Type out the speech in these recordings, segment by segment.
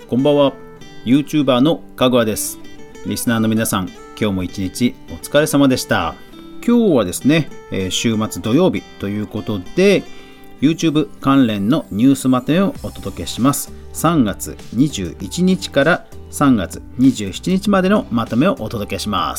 こんばんは。 YouTuber のかぐわです。リスナーの皆さん、今日も一日お疲れ様でした。今日はですね、週末土曜日ということで YouTube 関連のニュースまとめをお届けします。3月21日から3月27日までのまとめをお届けします。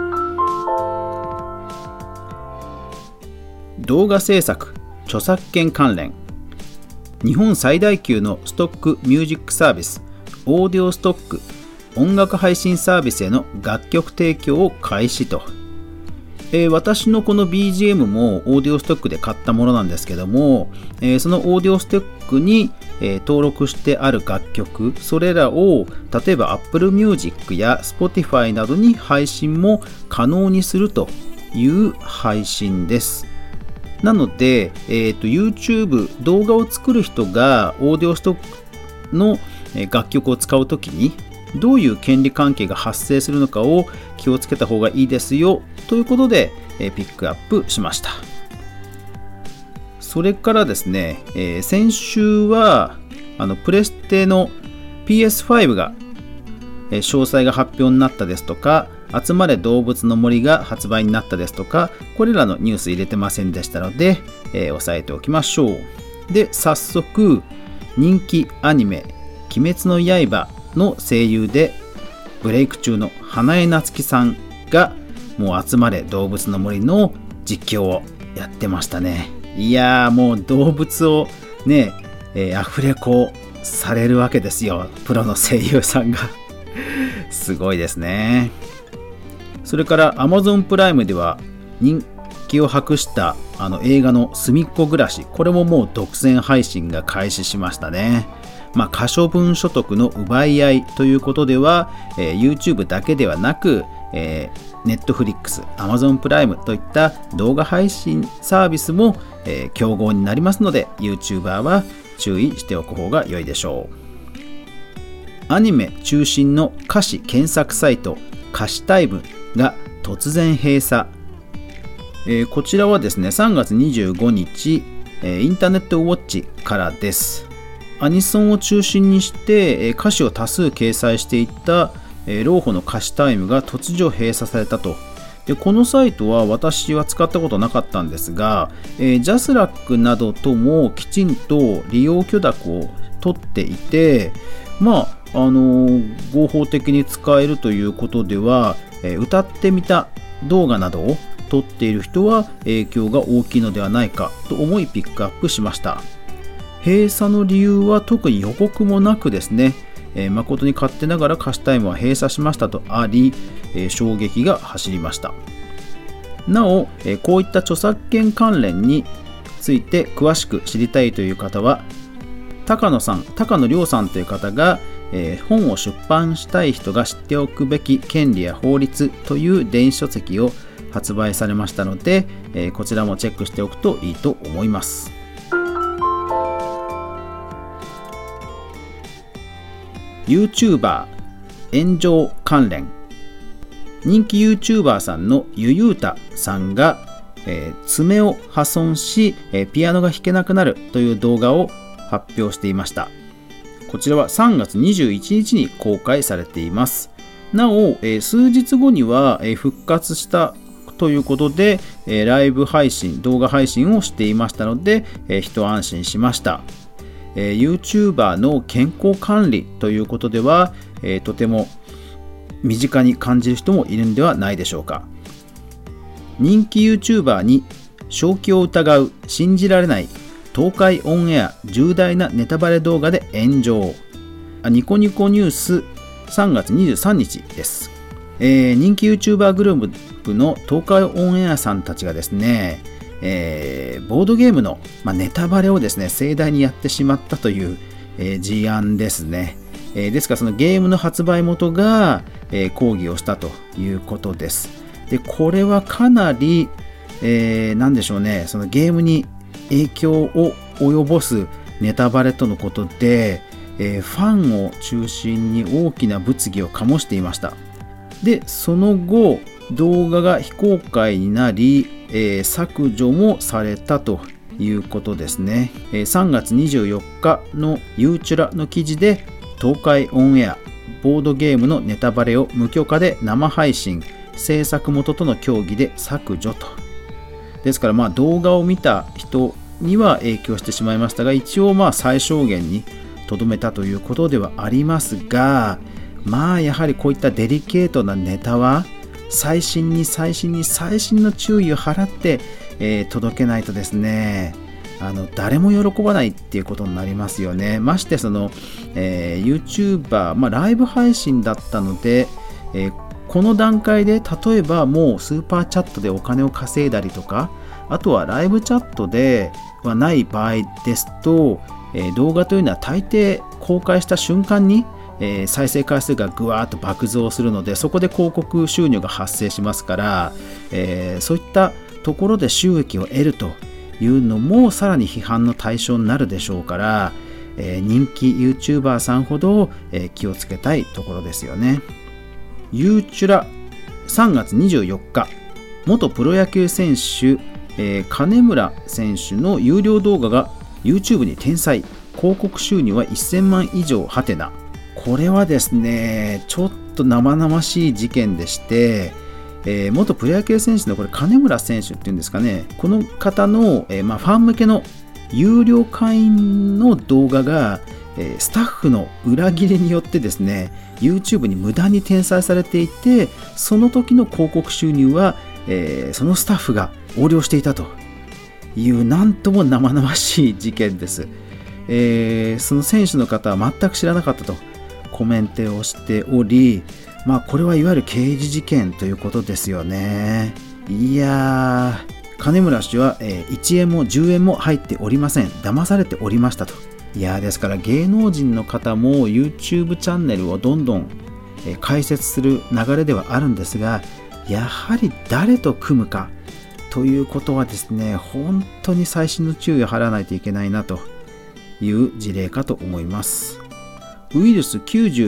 動画制作著作権関連、日本最大級のストックミュージックサービスオーディオストック音楽配信サービスへの楽曲提供を開始と。私のこの BGM もオーディオストックで買ったものなんですけども、そのオーディオストックに、登録してある楽曲、それらを例えば Apple Music や Spotify などに配信も可能にするという配信です。なので、YouTube 動画を作る人がオーディオストックの楽曲を使うときにどういう権利関係が発生するのかを気をつけた方がいいですよということでピックアップしました。それからですね、先週はプレステの PS5 が詳細が発表になったですとか、集まれ動物の森が発売になったですとか、これらのニュース入れてませんでしたので、押さえておきましょう。で、早速人気アニメ鬼滅の刃の声優でブレイク中の花江夏樹さんがもう集まれ動物の森の実況をやってましたね。いやー、もう動物をね、アフレコされるわけですよ、プロの声優さんがすごいですね。それから Amazon プライムでは人気を博した映画のすみっこ暮らし、これももう独占配信が開始しましたね。可処分所得の奪い合いということでは、YouTube だけではなく、Netflix、Amazon プライムといった動画配信サービスも、競合になりますので YouTuber は注意しておく方が良いでしょう。アニメ中心の歌詞検索サイト歌詞タイムが突然閉鎖。こちらはですね、3月25日、インターネットウォッチからです。アニソンを中心にして歌詞を多数掲載していったローホの歌詞タイムが突如閉鎖されたと。で、このサイトは私は使ったことなかったんですが、ジャスラックなどともきちんと利用許諾を取っていて、合法的に使えるということでは、歌ってみた動画などを撮っている人は影響が大きいのではないかと思いピックアップしました。閉鎖の理由は特に予告もなくですね、誠に勝手ながら歌詞タイムは閉鎖しましたとあり、衝撃が走りました。なお、こういった著作権関連について詳しく知りたいという方は高野亮さんという方が、本を出版したい人が知っておくべき権利や法律という電子書籍を発売されましたので、こちらもチェックしておくといいと思います。YouTuber 炎上関連、人気 YouTuber さんのゆゆうたさんが、爪を破損し、ピアノが弾けなくなるという動画を発表していました。こちらは3月21日に公開されています。なお、数日後には、復活したということで、ライブ配信、動画配信をしていましたので、一安心しました。YouTuber の健康管理ということでは、とても身近に感じる人もいるんではないでしょうか。人気 YouTuber に正気を疑う信じられない東海オンエア重大なネタバレ動画で炎上。ニコニコニュース3月23日です。人気 YouTuber グループの東海オンエアさんたちがですね、ボードゲームの、ネタバレをですね盛大にやってしまったという、事案ですね。ですからそのゲームの発売元が、抗議をしたということです。で、これはかなり、なんでしょうね、そのゲームに影響を及ぼすネタバレとのことで、ファンを中心に大きな物議を醸していました。で、その後動画が非公開になり、削除もされたということですね。3月24日のユーチュラの記事で東海オンエアボードゲームのネタバレを無許可で生配信、制作元との協議で削除と。ですから動画を見た人には影響してしまいましたが、一応最小限にとどめたということではありますが、やはりこういったデリケートなネタは細心の注意を払って、届けないとですね、誰も喜ばないっていうことになりますよね。ましてYouTuber、ライブ配信だったので、この段階で例えばもうスーパーチャットでお金を稼いだりとか、あとはライブチャットではない場合ですと、動画というのは大抵公開した瞬間に、再生回数がぐわーっと爆増するので、そこで広告収入が発生しますから、そういったところで収益を得るというのもさらに批判の対象になるでしょうから、人気 YouTuber さんほど、気をつけたいところですよね。ユーチュラ3月24日、元プロ野球選手、金村選手の有料動画が YouTube に転載、広告収入は1000万以上はてな。これはですね、ちょっと生々しい事件でして、元プロ野球選手の金村選手っていうんですかね、この方の、ファン向けの有料会員の動画が、スタッフの裏切りによってですね、YouTube に無断に転載されていて、その時の広告収入は、そのスタッフが横領していたというなんとも生々しい事件です。その選手の方は全く知らなかったとコメントをしており、これはいわゆる刑事事件ということですよね。いやー、金村氏は、1円も10円も入っておりません。騙されておりましたと。いやー、ですから芸能人の方も YouTube チャンネルをどんどん、開設する流れではあるんですが、やはり誰と組むかということはですね、本当に細心の注意を払わないといけないなという事例かと思います。ウイルス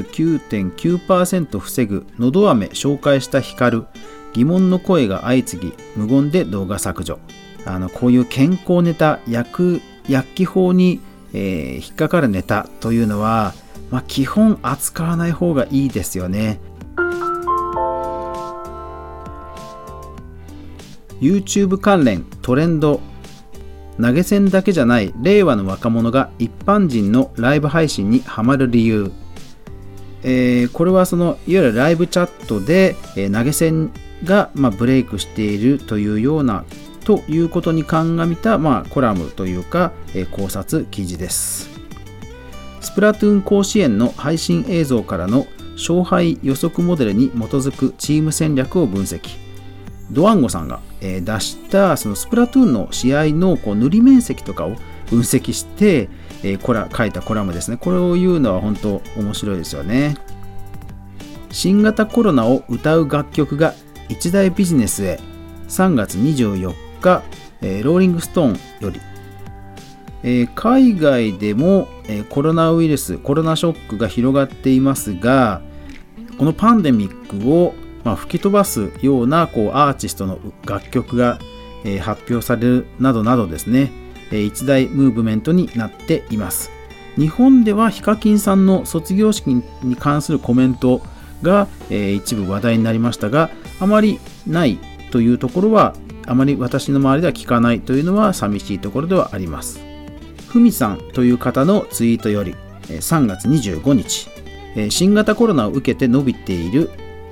99.9% 防ぐのど飴紹介した光る、疑問の声が相次ぎ無言で動画削除。こういう健康ネタ、薬機法に、引っかかるネタというのは、基本扱わない方がいいですよね。YouTube 関連トレンド、投げ銭だけじゃない令和の若者が一般人のライブ配信にハマる理由。これはいわゆるライブチャットで、投げ銭が、ブレイクしているというようなということに鑑みた、コラムというか、考察記事です。スプラトゥーン甲子園の配信映像からの勝敗予測モデルに基づくチーム戦略を分析。ドワンゴさんが出したそのスプラトゥーンの試合の塗り面積とかを分析して書いたコラムですね。これを言うのは本当面白いですよね。新型コロナを歌う楽曲が一大ビジネスへ。3月24日、ローリングストーンより、海外でもコロナウイルス、コロナショックが広がっていますが、このパンデミックを吹き飛ばすようなアーティストの楽曲が、発表されるなどなどですね、一大ムーブメントになっています。日本ではヒカキンさんの卒業式に関するコメントが、一部話題になりましたが、あまりないというところは、あまり私の周りでは聞かないというのは寂しいところではあります。ふみさんという方のツイートより、3月25日、新型コロナを受けて伸びている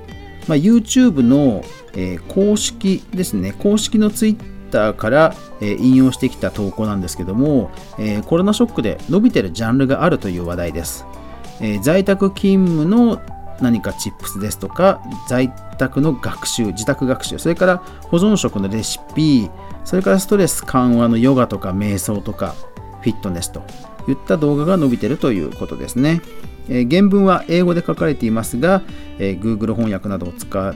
YouTube の、公式ですね、公式のツイッターから、引用してきた投稿なんですけども、コロナショックで伸びているジャンルがあるという話題です。在宅勤務の何かチップスですとか、在宅の学習、自宅学習、それから保存食のレシピ、それからストレス緩和のヨガとか瞑想とかフィットネスといった動画が伸びているということですね。原文は英語で書かれていますが、Google 翻訳などを使って、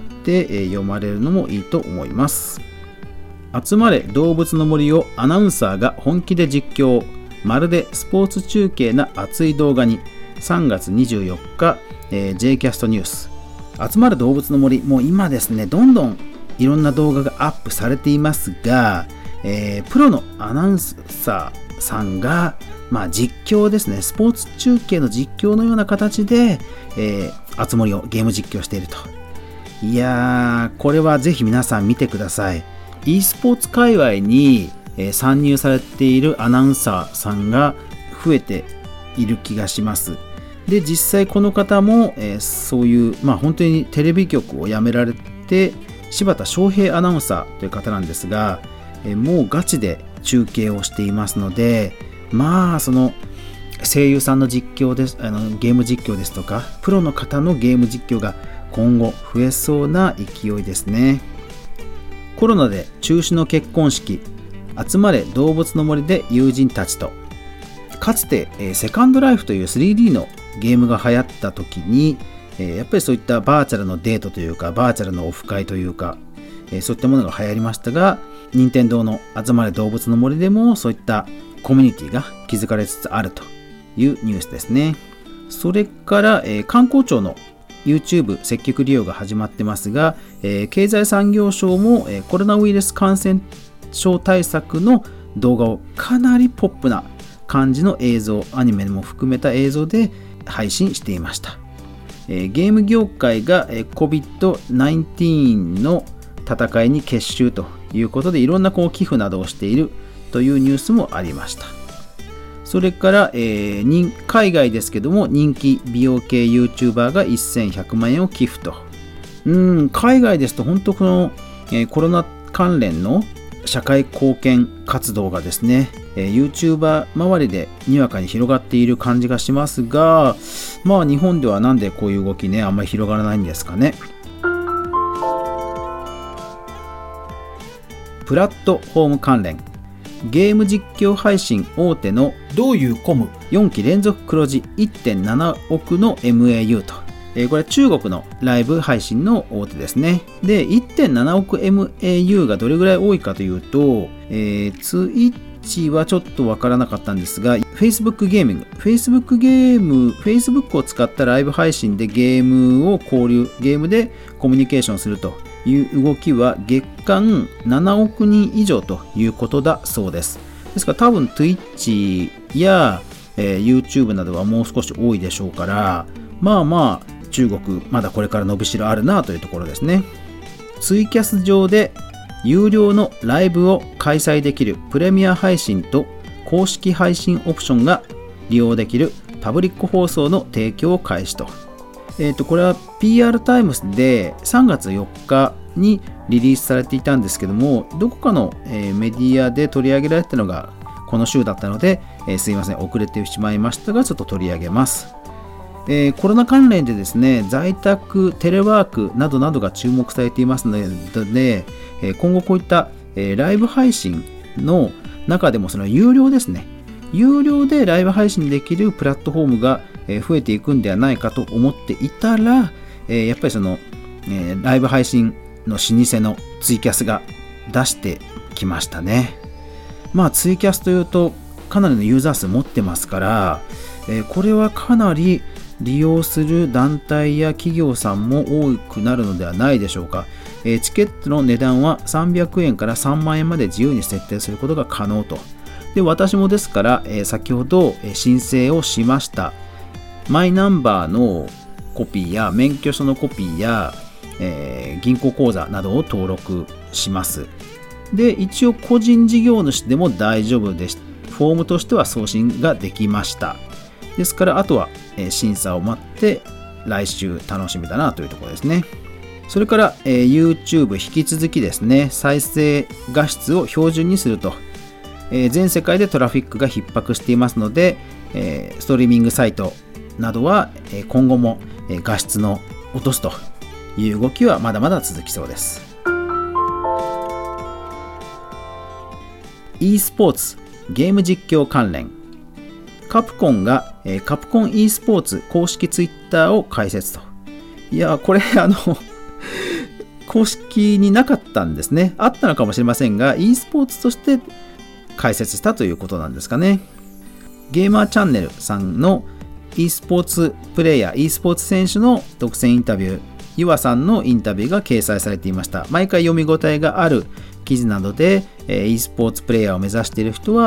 読まれるのもいいと思います。集まれ動物の森をアナウンサーが本気で実況、まるでスポーツ中継な熱い動画に。3月24日、J キャストニュース。集まる動物の森、もう今ですね、どんどんいろんな動画がアップされていますが、プロのアナウンサーさんが、実況ですね、スポーツ中継の実況のような形で、あつ森をゲーム実況していると。いやー、これはぜひ皆さん見てください。e スポーツ界隈に、参入されているアナウンサーさんが増えている気がします。で、実際この方も、そういう、本当にテレビ局を辞められて、柴田翔平アナウンサーという方なんですが、もうガチで中継をしていますので、その声優さんの実況です、ゲーム実況ですとか、プロの方のゲーム実況が今後増えそうな勢いですね。コロナで中止の結婚式、集まれ動物の森で友人たちと。かつてセカンドライフという 3D のゲームが流行った時に、やっぱりそういったバーチャルのデートというか、バーチャルのオフ会というか、そういったものが流行りましたが、任天堂の集まれ動物の森でもそういったコミュニティが築かれつつあるというニュースですね。それから、観光庁の YouTube 積極利用が始まってますが、経済産業省も、コロナウイルス感染症対策の動画をかなりポップな感じの映像、アニメも含めた映像で配信していました。ゲーム業界が COVID-19 の戦いに結集ということで、いろんな寄付などをしているというニュースもありました。それから、海外ですけども、人気美容系 YouTuber が1100万円を寄付と。海外ですと本当この、コロナ関連の社会貢献活動がですね、YouTuber 周りでにわかに広がっている感じがしますが、日本ではなんでこういう動きね、あんまり広がらないんですかね。プラットフォーム関連、ゲーム実況配信大手のどういうコム4期連続黒字 1.7 億の MAU と。これは中国のライブ配信の大手ですね。で、1.7 億 MAU がどれぐらい多いかというと、Twitch はちょっとわからなかったんですが、Facebook ゲーミング、Facebook を使ったライブ配信でゲームを交流、ゲームでコミュニケーションするという動きは月間7億人以上ということだそうです。ですから多分 Twitch や、YouTube などはもう少し多いでしょうから、中国まだこれから伸びしろあるなというところですね。ツイキャス上で有料のライブを開催できるプレミア配信と公式配信オプションが利用できるパブリック放送の提供を開始と。これは PR タイムスで3月4日にリリースされていたんですけども、どこかのメディアで取り上げられたのがこの週だったので、すいません、遅れてしまいましたが、ちょっと取り上げます。コロナ関連でですね、在宅、テレワークなどなどが注目されていますので、今後こういった、ライブ配信の中でもその有料ですね、有料でライブ配信できるプラットフォームが増えていくんではないかと思っていたら、やっぱりその、ライブ配信の老舗のツイキャスが出してきましたね。ツイキャスというとかなりのユーザー数持ってますから、これはかなり利用する団体や企業さんも多くなるのではないでしょうか。チケットの値段は300円から3万円まで自由に設定することが可能と。で、私もですから、先ほど申請をしましたマイナンバーのコピーや免許証のコピーや、銀行口座などを登録します。で、一応個人事業主でも大丈夫でした。フォームとしては送信ができました。ですからあとは審査を待って来週楽しみだなというところですね。それから YouTube 引き続きですね、再生画質を標準にすると。全世界でトラフィックが逼迫していますので、ストリーミングサイトなどは今後も画質の落とすという動きはまだまだ続きそうです。e スポーツゲーム実況関連、カプコンがカプコン e スポーツ公式ツイッターを開設と。いや、これ公式になかったんですね。あったのかもしれませんが e スポーツとして開設したということなんですかね。ゲーマーチャンネルさんの e スポーツプレイヤー e スポーツ選手の独占インタビュー、ゆわさんのインタビューが掲載されていました。毎回読み応えがある記事などで e スポーツプレイヤーを目指している人は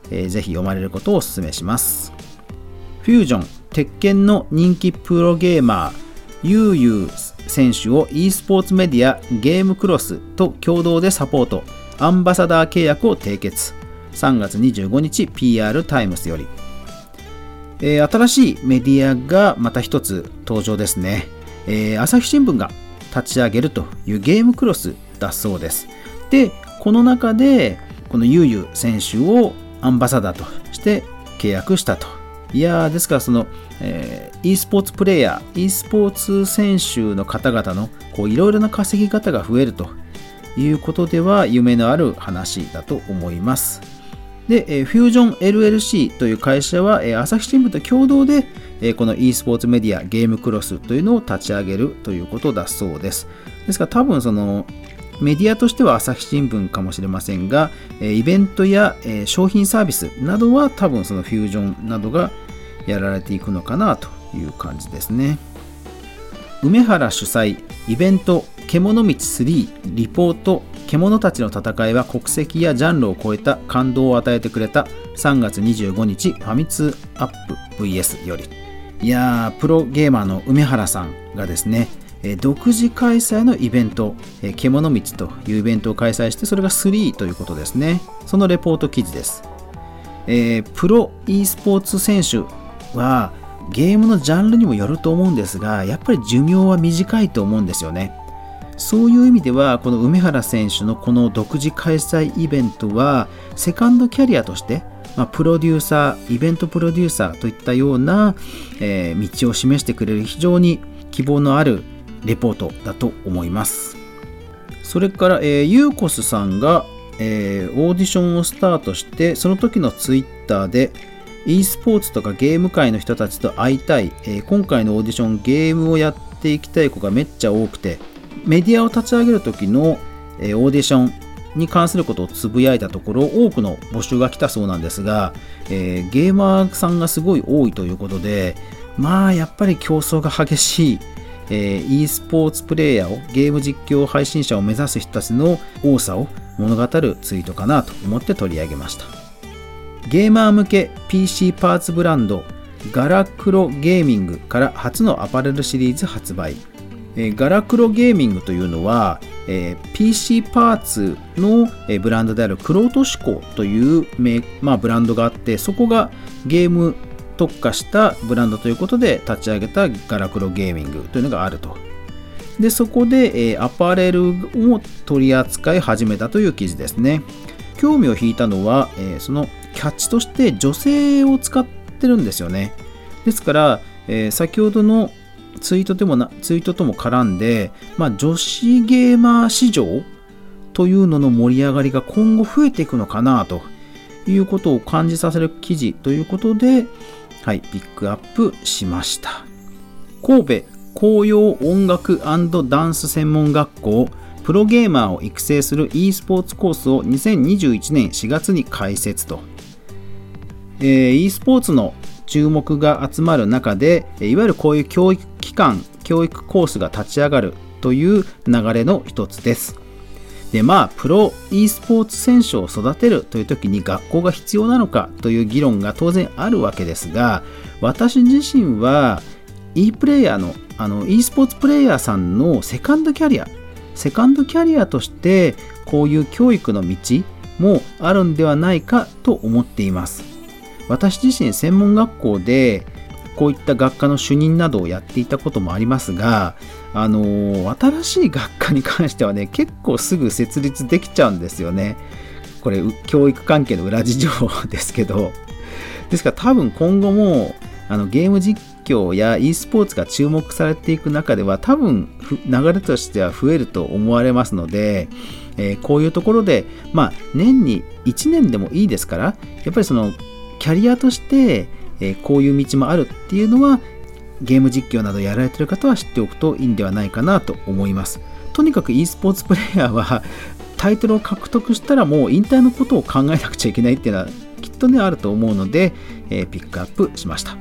ぜひ読まれることをお勧めします。フュージョン、鉄拳の人気プロゲーマー、ユーユー選手を e スポーツメディアゲームクロスと共同でサポート、アンバサダー契約を締結。3月25日 PR タイムスより。新しいメディアがまた一つ登場ですね。朝日新聞が立ち上げるというゲームクロスだそうです。で、この中でこのユーユー選手をアンバサダーとして契約したと。いやー、ですからその、e スポーツプレイヤー、e スポーツ選手の方々のいろいろな稼ぎ方が増えるということでは夢のある話だと思います。で、フュージョン LLC という会社は朝日新聞と共同でこの e スポーツメディアゲームクロスというのを立ち上げるということだそうです。ですから多分そのメディアとしては朝日新聞かもしれませんが、イベントや商品サービスなどは多分そのフュージョンなどがやられていくのかなという感じですね。梅原主催イベント獣道3リポート、獣たちの戦いは国籍やジャンルを超えた感動を与えてくれた。3月25日ファミ通アップ VS より。いやー、プロゲーマーの梅原さんがですね、独自開催のイベント、獣道というイベントを開催して、それが3ということですね。そのレポート記事です。プロ e スポーツ選手はゲームのジャンルにもよると思うんですが、やっぱり寿命は短いと思うんですよね。そういう意味ではこの梅原選手のこの独自開催イベントはセカンドキャリアとして、プロデューサー、イベントプロデューサーといったような、道を示してくれる非常に希望のあるレポートだと思います。それから、ユーコスさんが、オーディションをスタートして、その時のツイッターで e スポーツとかゲーム界の人たちと会いたい、今回のオーディションゲームをやっていきたい子がめっちゃ多くて、メディアを立ち上げる時の、オーディションに関することをつぶやいたところ、多くの募集が来たそうなんですが、ゲーマーさんがすごい多いということで、やっぱり競争が激しい、e スポーツプレイヤーを、ゲーム実況配信者を目指す人たちの多さを物語るツイートかなと思って取り上げました。ゲーマー向け PC パーツブランドガラクロゲーミングから初のアパレルシリーズ発売。ガラクロゲーミングというのは、PC パーツのブランドであるクロート志向というブランドがあって、そこがゲーム特化したブランドということで立ち上げたガラクロゲーミングというのがあると。で、そこでアパレルを取り扱い始めたという記事ですね。興味を引いたのは、そのキャッチとして女性を使ってるんですよね。ですから、先ほどのツイートとも絡んで、女子ゲーマー市場というのの盛り上がりが今後増えていくのかなということを感じさせる記事ということで、ピックアップしました。神戸紅葉音楽&ダンス専門学校プロゲーマーを育成する e スポーツコースを2021年4月に開設と。e スポーツの注目が集まる中で、いわゆるこういう教育機関、教育コースが立ち上がるという流れの一つです。で、プロ e スポーツ選手を育てるという時に学校が必要なのかという議論が当然あるわけですが、私自身は e プレイヤーのe スポーツプレイヤーさんのセカンドキャリアとしてこういう教育の道もあるんではないかと思っています。私自身専門学校でこういった学科の主任などをやっていたこともありますが、新しい学科に関してはね、結構すぐ設立できちゃうんですよね。これ教育関係の裏事情ですけど、ですから多分今後もゲーム実況や e スポーツが注目されていく中では多分流れとしては増えると思われますので、こういうところで年に1年でもいいですから、やっぱりそのキャリアとして、こういう道もあるっていうのはゲーム実況などやられている方は知っておくといいんではないかなと思います。とにかく e スポーツプレイヤーはタイトルを獲得したらもう引退のことを考えなくちゃいけないっていうのはきっとねあると思うので、ピックアップしました。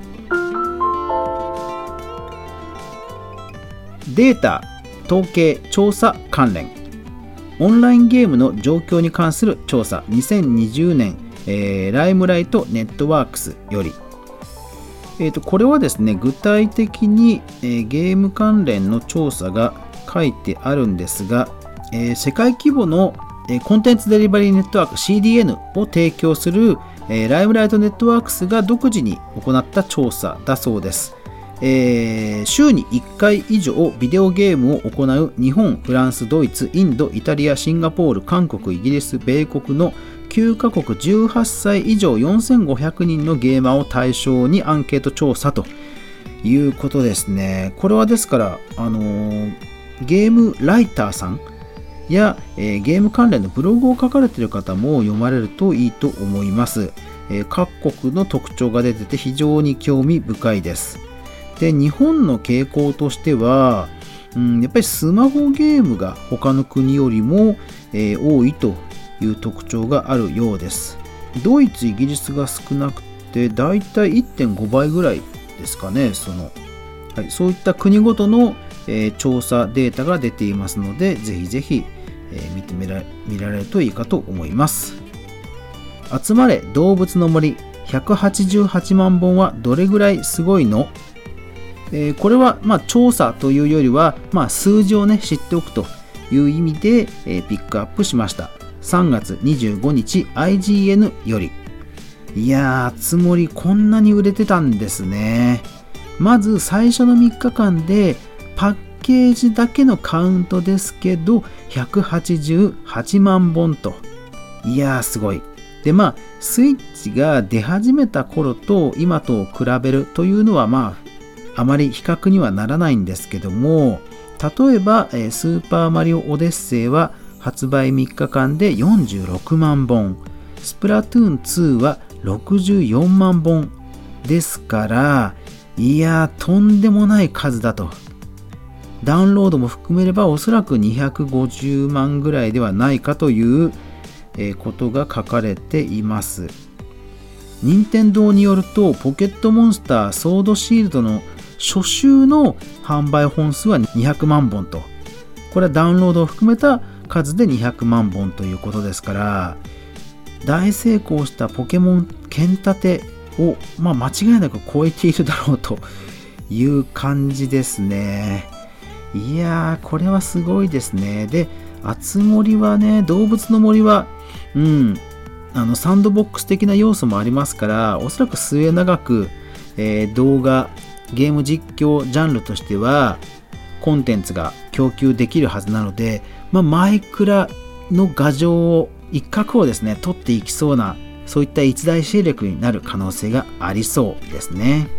データ、統計、調査関連。 オンラインゲームの状況に関する調査2020年、ライムライトネットワークスより、これはですね、具体的に、ゲーム関連の調査が書いてあるんですが、世界規模のコンテンツデリバリーネットワーク CDN を提供するライムライトネットワークスが独自に行った調査だそうです。週に1回以上ビデオゲームを行う日本、フランス、ドイツ、インド、イタリア、シンガポール、韓国、イギリス、米国の9カ国18歳以上4500人のゲーマーを対象にアンケート調査ということですね。これはですから、ゲームライターさんや、ゲーム関連のブログを書かれている方も読まれるといいと思います。各国の特徴が出てて非常に興味深いです。で、日本の傾向としては、やっぱりスマホゲームが他の国よりも、多いという特徴があるようです。ドイツ、イギリスが少なくてだいたい 1.5 倍ぐらいですかね。そういった国ごとの、調査データが出ていますので、ぜひぜひ、見られるといいかと思います。集まれ動物の森188万本はどれぐらいすごいの？これは調査というよりは、数字をね知っておくという意味で、ピックアップしました。3月25日 IGN より。いやー、つもりこんなに売れてたんですね。まず最初の3日間でパッケージだけのカウントですけど188万本と。いやー、すごい。で、スイッチが出始めた頃と今と比べるというのはあまり比較にはならないんですけども、例えばスーパーマリオオデッセイは発売3日間で46万本、スプラトゥーン2は64万本ですから、いやー、とんでもない数だと。ダウンロードも含めればおそらく250万ぐらいではないかということが書かれています。任天堂によると、ポケットモンスターソードシールドの初週の販売本数は200万本と、これはダウンロードを含めた数で200万本ということですから、大成功したポケモン剣立てを、間違いなく超えているだろうという感じですね。いやー、これはすごいですね。で、あつ森はね、動物の森はサンドボックス的な要素もありますから、おそらく末永く、動画ゲーム実況ジャンルとしてはコンテンツが供給できるはずなので、マイクラの画像を一角をですね取っていきそうな、そういった一大勢力になる可能性がありそうですね。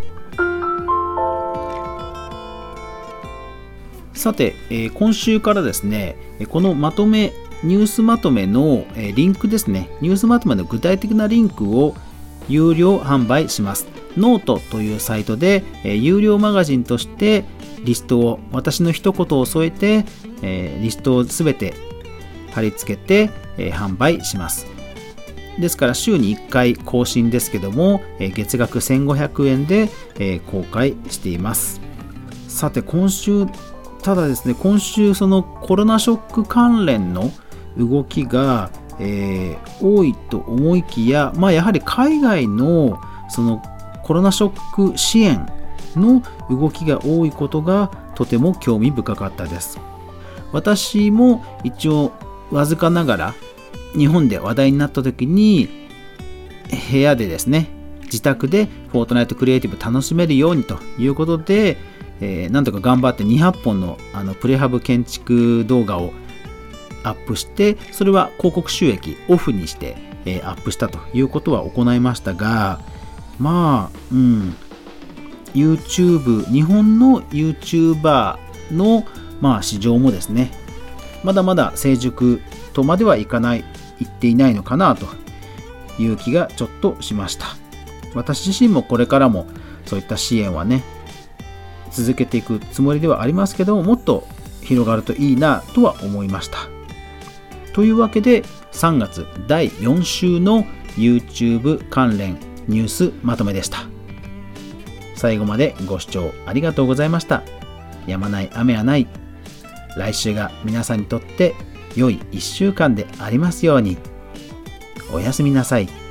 さて、今週からですね、このニュースまとめのリンクですね、ニュースまとめの具体的なリンクを有料販売します。ノートというサイトで、有料マガジンとしてリストを、私の一言を添えて、リストをすべて貼り付けて、販売します。ですから週に1回更新ですけども、月額1500円で、公開しています。さて、ただですね、今週そのコロナショック関連の動きが、多いと思いきや、やはり海外のそのコロナショック支援の動きが多いことがとても興味深かったです。私も一応わずかながら日本で話題になった時に、部屋でですね、自宅でフォートナイトクリエイティブ楽しめるようにということで、なんとか頑張って200本のプレハブ建築動画をアップして、それは広告収益オフにして、アップしたということは行いましたが、YouTube、日本の YouTuber の、市場もですね、まだまだ成熟とまではいっていないのかなという気がちょっとしました。私自身もこれからもそういった支援はね、続けていくつもりではありますけども、もっと広がるといいなとは思いました。というわけで、3月第4週の YouTube 関連ニュースまとめでした。最後までご視聴ありがとうございました。やまない雨はない。来週が皆さんにとって良い1週間でありますように。おやすみなさい。